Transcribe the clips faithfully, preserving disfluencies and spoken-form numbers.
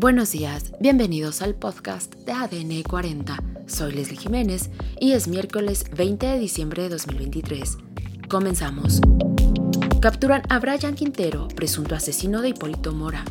Buenos días, bienvenidos al podcast de A D N cuarenta. Soy Leslie Jiménez y es miércoles veinte de diciembre de dos mil veintitrés. Comenzamos. Capturan a Brian Quintero, presunto asesino de Hipólito Mora.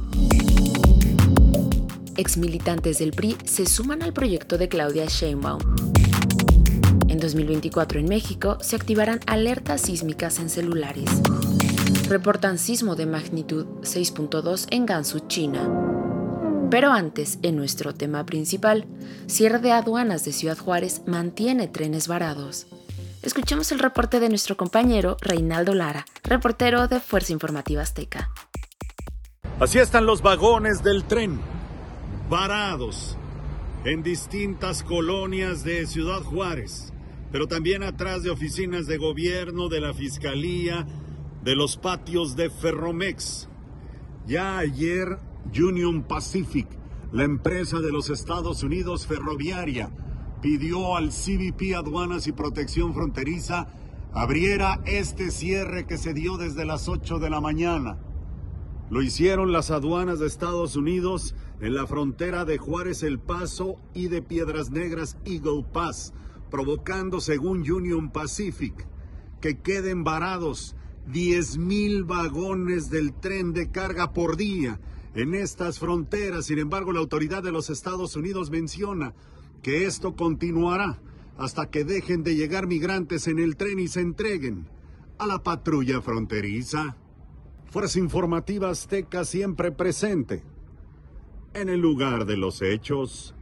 Exmilitantes del P R I se suman al proyecto de Claudia Sheinbaum. En dos mil veinticuatro en México se activarán alertas sísmicas en celulares. Reportan sismo de magnitud seis punto dos en Gansu, China. Pero antes, en nuestro tema principal, cierre de aduanas de Ciudad Juárez mantiene trenes varados. Escuchemos el reporte de nuestro compañero Reinaldo Lara, reportero de Fuerza Informativa Azteca. Así están los vagones del tren, varados en distintas colonias de Ciudad Juárez, pero también atrás de oficinas de gobierno, de la Fiscalía, de los patios de Ferromex. Ya ayer Union Pacific, la empresa de los Estados Unidos ferroviaria, pidió al C B P Aduanas y Protección Fronteriza abriera este cierre que se dio desde las ocho de la mañana. Lo hicieron las aduanas de Estados Unidos en la frontera de Juárez El Paso y de Piedras Negras Eagle Pass, provocando, según Union Pacific, que queden varados diez mil vagones del tren de carga por día en estas fronteras. Sin embargo, la autoridad de los Estados Unidos menciona que esto continuará hasta que dejen de llegar migrantes en el tren y se entreguen a la patrulla fronteriza. Fuerza Informativa Azteca siempre presente en el lugar de los hechos.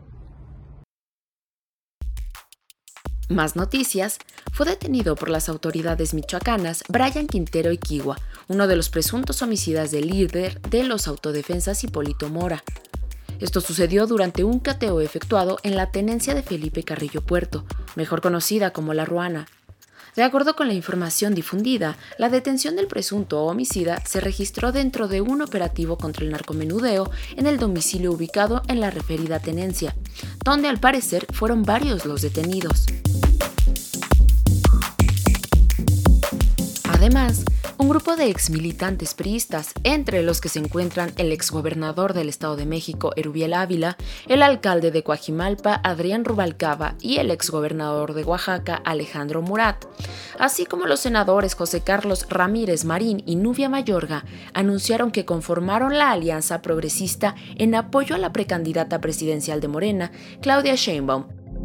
Más noticias. Fue detenido por las autoridades michoacanas Brian Quintero Iquihua, uno de los presuntos homicidas del líder de los autodefensas Hipólito Mora. Esto sucedió durante un cateo efectuado en la tenencia de Felipe Carrillo Puerto, mejor conocida como La Ruana. De acuerdo con la información difundida, la detención del presunto homicida se registró dentro de un operativo contra el narcomenudeo en el domicilio ubicado en la referida tenencia, donde al parecer fueron varios los detenidos. Además, un grupo de exmilitantes priistas, entre los que se encuentran el exgobernador del Estado de México, Erubiel Ávila, el alcalde de Coajimalpa, Adrián Rubalcaba, y el exgobernador de Oaxaca, Alejandro Murat, así como los senadores José Carlos Ramírez Marín y Nubia Mayorga, anunciaron que conformaron la Alianza Progresista en apoyo a la precandidata presidencial de Morena, Claudia Sheinbaum.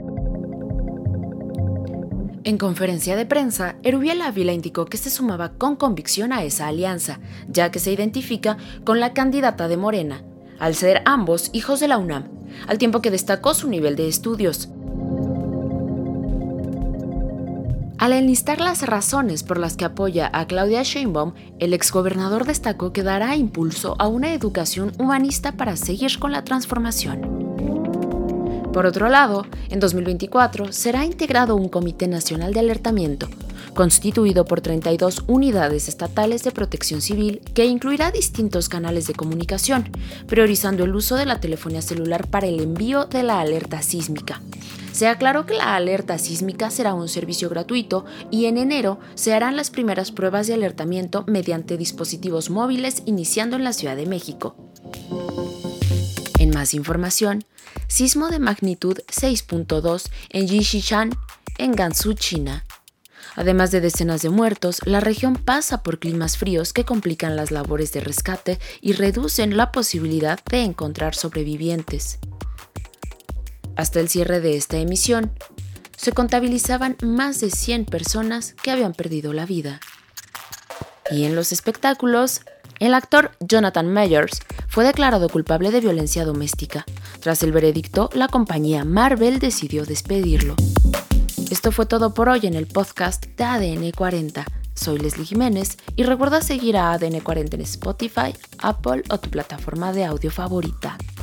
En conferencia de prensa, Erubiel Ávila indicó que se sumaba con convicción a esa alianza, ya que se identifica con la candidata de Morena, al ser ambos hijos de la UNAM, al tiempo que destacó su nivel de estudios. Al enlistar las razones por las que apoya a Claudia Sheinbaum, el exgobernador destacó que dará impulso a una educación humanista para seguir con la transformación. Por otro lado, en dos mil veinticuatro será integrado un Comité Nacional de Alertamiento, constituido por treinta y dos unidades estatales de protección civil que incluirá distintos canales de comunicación, priorizando el uso de la telefonía celular para el envío de la alerta sísmica. Se aclaró que la alerta sísmica será un servicio gratuito y en enero se harán las primeras pruebas de alertamiento mediante dispositivos móviles iniciando en la Ciudad de México. En más información, sismo de magnitud seis punto dos en Yixian, en Gansu, China. Además de decenas de muertos, la región pasa por climas fríos que complican las labores de rescate y reducen la posibilidad de encontrar sobrevivientes. Hasta el cierre de esta emisión, se contabilizaban más de cien personas que habían perdido la vida. Y en los espectáculos, el actor Jonathan Majors fue declarado culpable de violencia doméstica. Tras el veredicto, la compañía Marvel decidió despedirlo. Esto fue todo por hoy en el podcast de A D N cuarenta. Soy Leslie Jiménez y recuerda seguir a A D N cuarenta en Spotify, Apple o tu plataforma de audio favorita.